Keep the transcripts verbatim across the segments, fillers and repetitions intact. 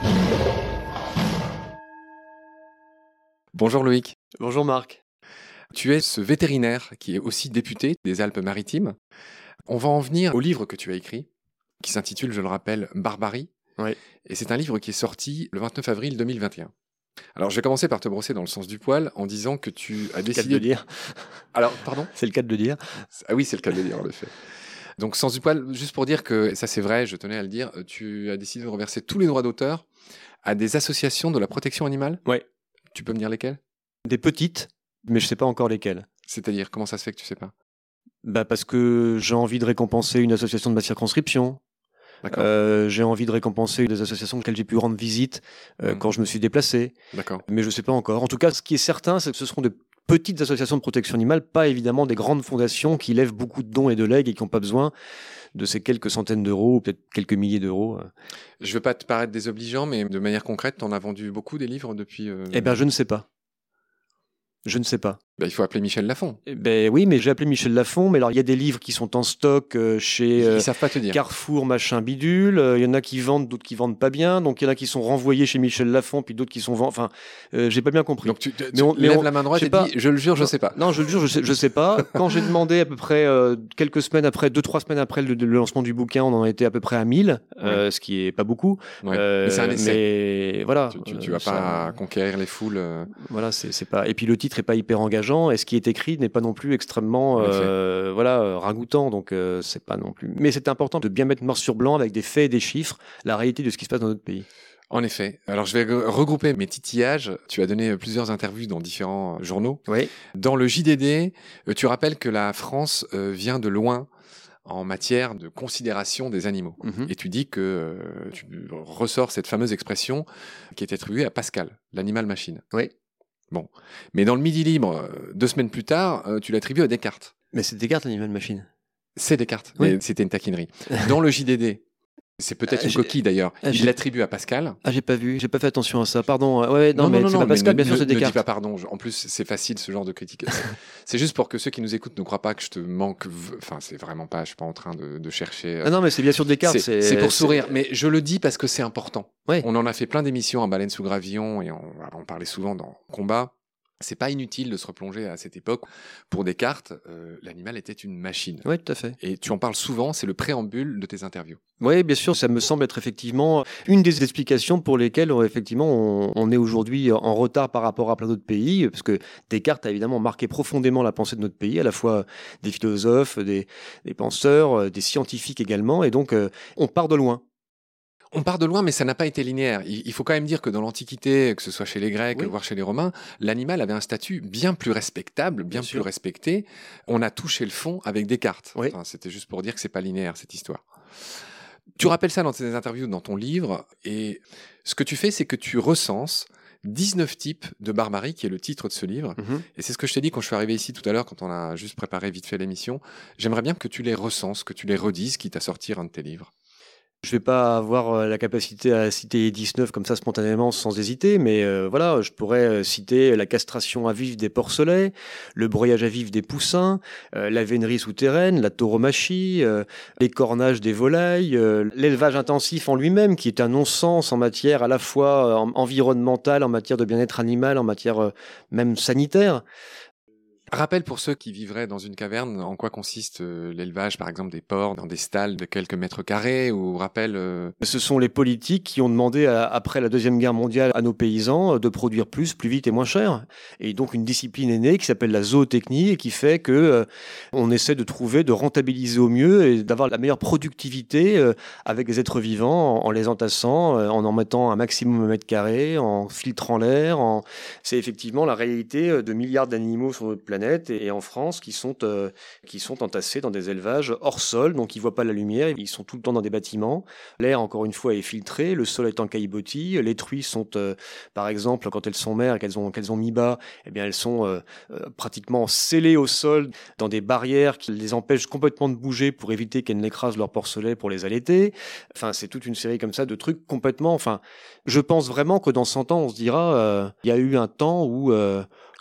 Bonjour Loïc. Bonjour Marc. Tu es ce vétérinaire qui est aussi député des Alpes-Maritimes. On va en venir au livre que tu as écrit, qui s'intitule, je le rappelle, Barbarie. Oui. Et c'est un livre qui est sorti le vingt-neuf avril deux mille vingt et un. Alors, je vais commencer par te brosser dans le sens du poil en disant que tu as décidé... C'est le cas de le dire. Alors, pardon ? C'est le cas de le dire. Ah oui, c'est le cas de le dire, en effet. Donc, sens du poil, juste pour dire que, ça c'est vrai, je tenais à le dire, tu as décidé de reverser tous les droits d'auteur à des associations de la protection animale ? Oui. Tu peux me dire lesquelles ? Des petites, mais je ne sais pas encore lesquelles. C'est-à-dire, comment ça se fait que tu ne sais pas ? Bah parce que j'ai envie de récompenser une association de ma circonscription. D'accord. Euh, j'ai envie de récompenser des associations auxquelles j'ai pu rendre visite euh, mmh. quand je me suis déplacé. D'accord. Mais je ne sais pas encore. En tout cas, ce qui est certain, c'est que ce seront de petites associations de protection animale, pas évidemment des grandes fondations qui lèvent beaucoup de dons et de legs et qui n'ont pas besoin de ces quelques centaines d'euros ou peut-être quelques milliers d'euros. Je ne veux pas te paraître désobligeant, mais de manière concrète, tu en as vendu beaucoup des livres depuis... Euh... Eh bien, je ne sais pas. Je ne sais pas. Ben, il faut appeler Michel Lafon. Eh ben oui, mais j'ai appelé Michel Lafon. Mais alors, il y a des livres qui sont en stock euh, chez euh, Ils savent pas te dire. Carrefour, machin bidule. Il euh, y en a qui vendent, d'autres qui vendent pas bien. Donc, il y en a qui sont renvoyés chez Michel Lafon, puis d'autres qui sont vendus. Enfin, euh, j'ai pas bien compris. Donc, tu, tu mais on, lèves mais on, la main droite et pas. dis, je le jure, je non, sais pas. Non, je le jure, je sais, je sais pas. Quand j'ai demandé à peu près euh, quelques semaines après, deux, trois semaines après le, le lancement du bouquin, on en était à peu près à mille, ouais. euh, ce qui est pas beaucoup. Ouais. Euh, mais c'est un essai. Mais voilà. Tu, tu, tu vas euh, pas ça... conquérir les foules. Euh... Voilà, c'est, c'est pas. Et puis le titre est pas hyper engageant, et ce qui est écrit n'est pas non plus extrêmement euh, voilà ragoûtant, donc euh, c'est pas non plus. Mais c'est important de bien mettre noir sur blanc avec des faits et des chiffres la réalité de ce qui se passe dans notre pays. En effet. Alors je vais regrouper mes titillages. Tu as donné plusieurs interviews dans différents journaux. Oui. Dans le J D D, tu rappelles que la France vient de loin en matière de considération des animaux. Mmh. Et tu dis que euh, tu ressors cette fameuse expression qui est attribuée à Pascal, l'animal machine. Oui. Bon. Mais dans le Midi Libre, deux semaines plus tard, tu l'attribues à Descartes. Mais c'est Descartes, l'animal machine. C'est Descartes, oui. Mais c'était une taquinerie. Dans le J D D, c'est peut-être ah, une coquille d'ailleurs, ah, il l'attribue à Pascal. Ah, j'ai pas vu, j'ai pas fait attention à ça, pardon. Ouais, non, non, mais non, c'est non, pas Pascal, ne, bien sûr, c'est Descartes. Ne dis pas pardon, en plus c'est facile ce genre de critique. C'est juste pour que ceux qui nous écoutent ne croient pas que je te manque, enfin c'est vraiment pas, je suis pas en train de, de chercher. Ah non, mais c'est bien sûr Descartes. C'est, c'est, c'est pour c'est... sourire, mais je le dis parce que c'est important. Ouais. On en a fait plein d'émissions en Baleine sous gravillon et on, on parlait souvent dans Combat. C'est pas inutile de se replonger à cette époque. Pour Descartes, euh, l'animal était une machine. Oui, tout à fait. Et tu en parles souvent, c'est le préambule de tes interviews. Oui, bien sûr, ça me semble être effectivement une des explications pour lesquelles effectivement on, on est aujourd'hui en retard par rapport à plein d'autres pays, parce que Descartes a évidemment marqué profondément la pensée de notre pays, à la fois des philosophes, des, des penseurs, des scientifiques également, et donc euh, on part de loin. On part de loin, mais ça n'a pas été linéaire. Il faut quand même dire que dans l'Antiquité, que ce soit chez les Grecs, oui. voire chez les Romains, l'animal avait un statut bien plus respectable, bien, bien plus sûr. respecté. On a touché le fond avec Descartes. Oui. Enfin, c'était juste pour dire que c'est pas linéaire, cette histoire. Tu rappelles ça dans tes interviews, dans ton livre, et ce que tu fais, c'est que tu recenses dix-neuf types de barbarie, qui est le titre de ce livre. Mm-hmm. Et c'est ce que je t'ai dit quand je suis arrivé ici tout à l'heure, quand on a juste préparé vite fait l'émission. J'aimerais bien que tu les recenses, que tu les redises, quitte à sortir un de tes livres. Je vais pas avoir la capacité à citer dix-neuf comme ça spontanément sans hésiter, mais euh, voilà, je pourrais citer la castration à vif des porcelets, le broyage à vif des poussins, euh, la vénerie souterraine, la tauromachie, euh, l'écornage des volailles, euh, l'élevage intensif en lui-même qui est un non-sens en matière à la fois euh, environnementale, en matière de bien-être animal, en matière euh, même sanitaire. Rappel pour ceux qui vivraient dans une caverne, en quoi consiste euh, l'élevage, par exemple, des porcs dans des stalles de quelques mètres carrés, ou rappel... Euh... Ce sont les politiques qui ont demandé, à, après la Deuxième Guerre mondiale, à nos paysans de produire plus, plus vite et moins cher. Et donc une discipline est née qui s'appelle la zootechnie et qui fait que euh, on essaie de trouver, de rentabiliser au mieux et d'avoir la meilleure productivité euh, avec des êtres vivants, en, en les entassant, euh, en en mettant un maximum de mètres carrés, en filtrant l'air. En... C'est effectivement la réalité de milliards d'animaux sur notre planète et en France qui sont, euh, qui sont entassés dans des élevages hors sol, donc ils ne voient pas la lumière, ils sont tout le temps dans des bâtiments. L'air, encore une fois, est filtré, le sol est en caillebotis, les truies sont, euh, par exemple, quand elles sont mères et qu'elles ont, qu'elles ont mis bas, eh bien, elles sont euh, euh, pratiquement scellées au sol dans des barrières qui les empêchent complètement de bouger pour éviter qu'elles n'écrasent leur porcelet pour les allaiter. Enfin, c'est toute une série comme ça de trucs complètement... Enfin, je pense vraiment que dans cent ans, on se dira, euh, il y a eu un temps où... Euh,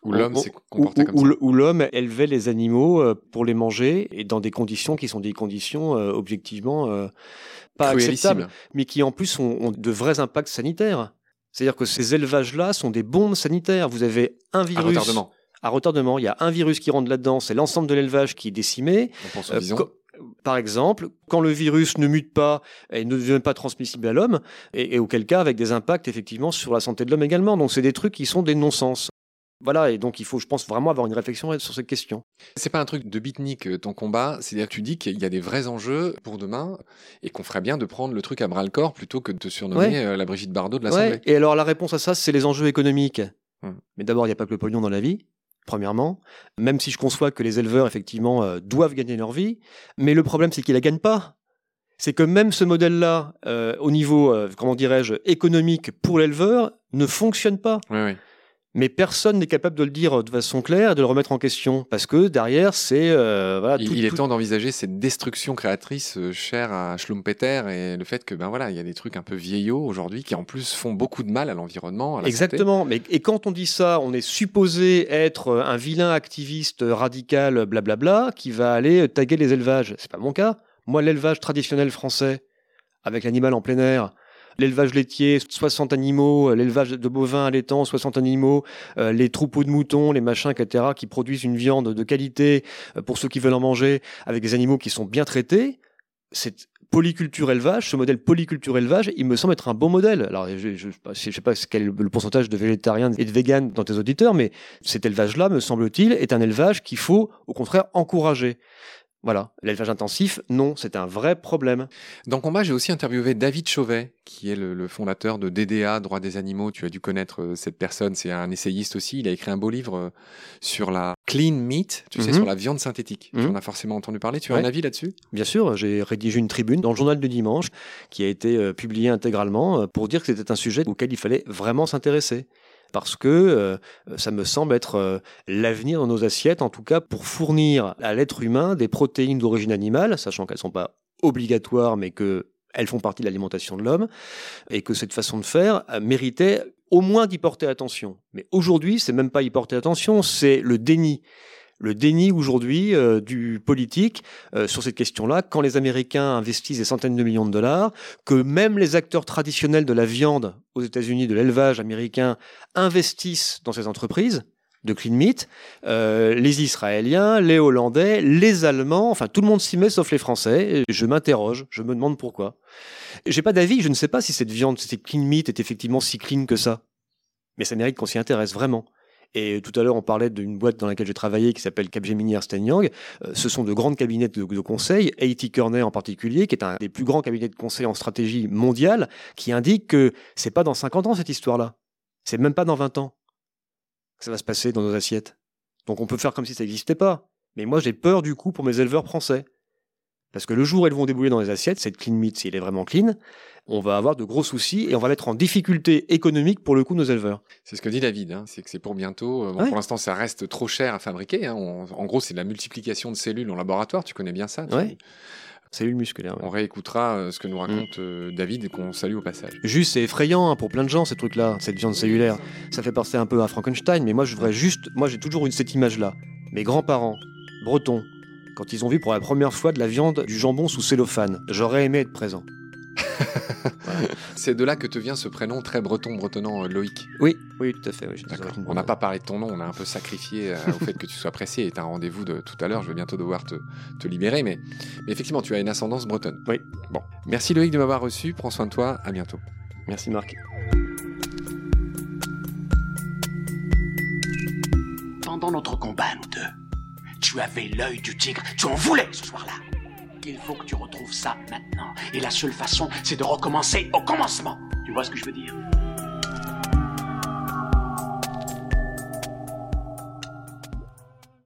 Où l'homme s'est comporté comme où, ça. Où l'homme élevait les animaux pour les manger et dans des conditions qui sont des conditions euh, objectivement euh, pas acceptables, mais qui en plus ont, ont de vrais impacts sanitaires. C'est-à-dire que ces élevages-là sont des bombes sanitaires. Vous avez un virus... À retardement. À retardement. Il y a un virus qui rentre là-dedans, c'est l'ensemble de l'élevage qui est décimé. On pense aux visons. Euh, Par exemple, quand le virus ne mute pas et ne devient pas transmissible à l'homme, et, et auquel cas avec des impacts effectivement sur la santé de l'homme également. Donc c'est des trucs qui sont des non-sens. Voilà, et donc il faut, je pense, vraiment avoir une réflexion sur cette question. C'est pas un truc de beatnik ton combat, c'est-à-dire que tu dis qu'il y a des vrais enjeux pour demain et qu'on ferait bien de prendre le truc à bras-le-corps plutôt que de te surnommer ouais. la Brigitte Bardot de l'Assemblée. Ouais. Et alors la réponse à ça, c'est les enjeux économiques. Hum. Mais d'abord, il n'y a pas que le pognon dans la vie. Premièrement, même si je conçois que les éleveurs, effectivement, euh, doivent gagner leur vie, mais le problème, c'est qu'ils la gagnent pas. C'est que même ce modèle-là, euh, au niveau, euh, comment dirais-je, économique pour l'éleveur, ne fonctionne pas. Oui, oui. Mais personne n'est capable de le dire de façon claire et de le remettre en question. Parce que derrière, c'est... Euh, voilà, il, tout, il est tout... temps d'envisager cette destruction créatrice euh, chère à Schumpeter et le fait que, ben voilà, il y a des trucs un peu vieillots aujourd'hui qui en plus font beaucoup de mal à l'environnement, à la Exactement. santé. Mais, et quand on dit ça, on est supposé être un vilain activiste radical, blablabla, qui va aller taguer les élevages. C'est pas mon cas. Moi, l'élevage traditionnel français, avec l'animal en plein air, l'élevage laitier, soixante animaux, l'élevage de bovins allaitants, soixante animaux, euh, les troupeaux de moutons, les machins, et cetera, qui produisent une viande de qualité euh, pour ceux qui veulent en manger, avec des animaux qui sont bien traités. Cette polyculture élevage, ce modèle polyculture élevage, il me semble être un bon modèle. Alors, je, je, je sais pas quel est le pourcentage de végétariens et de véganes dans tes auditeurs, mais cet élevage-là, me semble-t-il, est un élevage qu'il faut, au contraire, encourager. Voilà, l'élevage intensif, non, c'est un vrai problème. Dans Combat, j'ai aussi interviewé David Chauvet, qui est le, le fondateur de D D A, Droits des animaux. Tu as dû connaître euh, cette personne, c'est un essayiste aussi. Il a écrit un beau livre euh, sur la clean meat, tu mm-hmm. sais, sur la viande synthétique. Mm-hmm. Tu en as forcément entendu parler, tu as ouais. un avis là-dessus ? Bien sûr, j'ai rédigé une tribune dans le journal du dimanche qui a été euh, publiée intégralement euh, pour dire que c'était un sujet auquel il fallait vraiment s'intéresser. Parce que euh, ça me semble être euh, l'avenir dans nos assiettes, en tout cas pour fournir à l'être humain des protéines d'origine animale, sachant qu'elles ne sont pas obligatoires, mais qu'elles font partie de l'alimentation de l'homme, et que cette façon de faire euh, méritait au moins d'y porter attention. Mais aujourd'hui, c'est même pas y porter attention, c'est le déni. Le déni aujourd'hui euh, du politique euh, sur cette question-là, quand les Américains investissent des centaines de millions de dollars, que même les acteurs traditionnels de la viande aux États-Unis, de l'élevage américain, investissent dans ces entreprises de clean meat, euh, les Israéliens, les Hollandais, les Allemands, enfin tout le monde s'y met sauf les Français. Et je m'interroge, je me demande pourquoi. J'ai pas d'avis, je ne sais pas si cette viande, cette clean meat est effectivement si clean que ça. Mais ça mérite qu'on s'y intéresse vraiment. Et tout à l'heure, on parlait d'une boîte dans laquelle j'ai travaillé qui s'appelle Capgemini Ernst and Young. Euh, ce sont de grandes cabinets de, de conseil, A T Kearney en particulier, qui est un des plus grands cabinets de conseil en stratégie mondiale, qui indique que c'est pas dans cinquante ans cette histoire-là. C'est même pas dans vingt ans que ça va se passer dans nos assiettes. Donc on peut faire comme si ça n'existait pas. Mais moi, j'ai peur du coup pour mes éleveurs français. Parce que le jour où elles vont débouler dans les assiettes, cette clean meat, si elle est vraiment clean, on va avoir de gros soucis et on va mettre en difficulté économique pour le coup nos éleveurs. C'est ce que dit David, hein, c'est que c'est pour bientôt. Bon, ouais. Pour l'instant, ça reste trop cher à fabriquer. Hein. On, en gros, c'est de la multiplication de cellules en laboratoire. Tu connais bien ça. Tu... Ouais. Cellules musculaires. Ouais. On réécoutera euh, ce que nous raconte mmh. euh, David et qu'on salue au passage. Juste, c'est effrayant hein, pour plein de gens ces trucs-là, cette viande cellulaire. Ça fait penser un peu à Frankenstein, mais moi, je voudrais juste, moi, j'ai toujours une cette image-là. Mes grands-parents, bretons, quand ils ont vu pour la première fois de la viande, du jambon sous cellophane, j'aurais aimé être présent. Voilà. C'est de là que te vient ce prénom très breton, bretonnant, Loïc. Oui, oui, tout à fait. Oui, on n'a pas parlé de ton nom, on a un peu sacrifié euh, au fait que tu sois pressé et tu as un rendez-vous de tout à l'heure. Je vais bientôt devoir te, te libérer, mais, mais effectivement, tu as une ascendance bretonne. Oui. Bon, merci Loïc de m'avoir reçu. Prends soin de toi. À bientôt. Merci Marc. Pendant notre combat, nous deux, tu avais l'œil du tigre. Tu en voulais ce soir-là. Il faut que tu retrouves ça maintenant. Et la seule façon, c'est de recommencer au commencement. Tu vois ce que je veux dire ?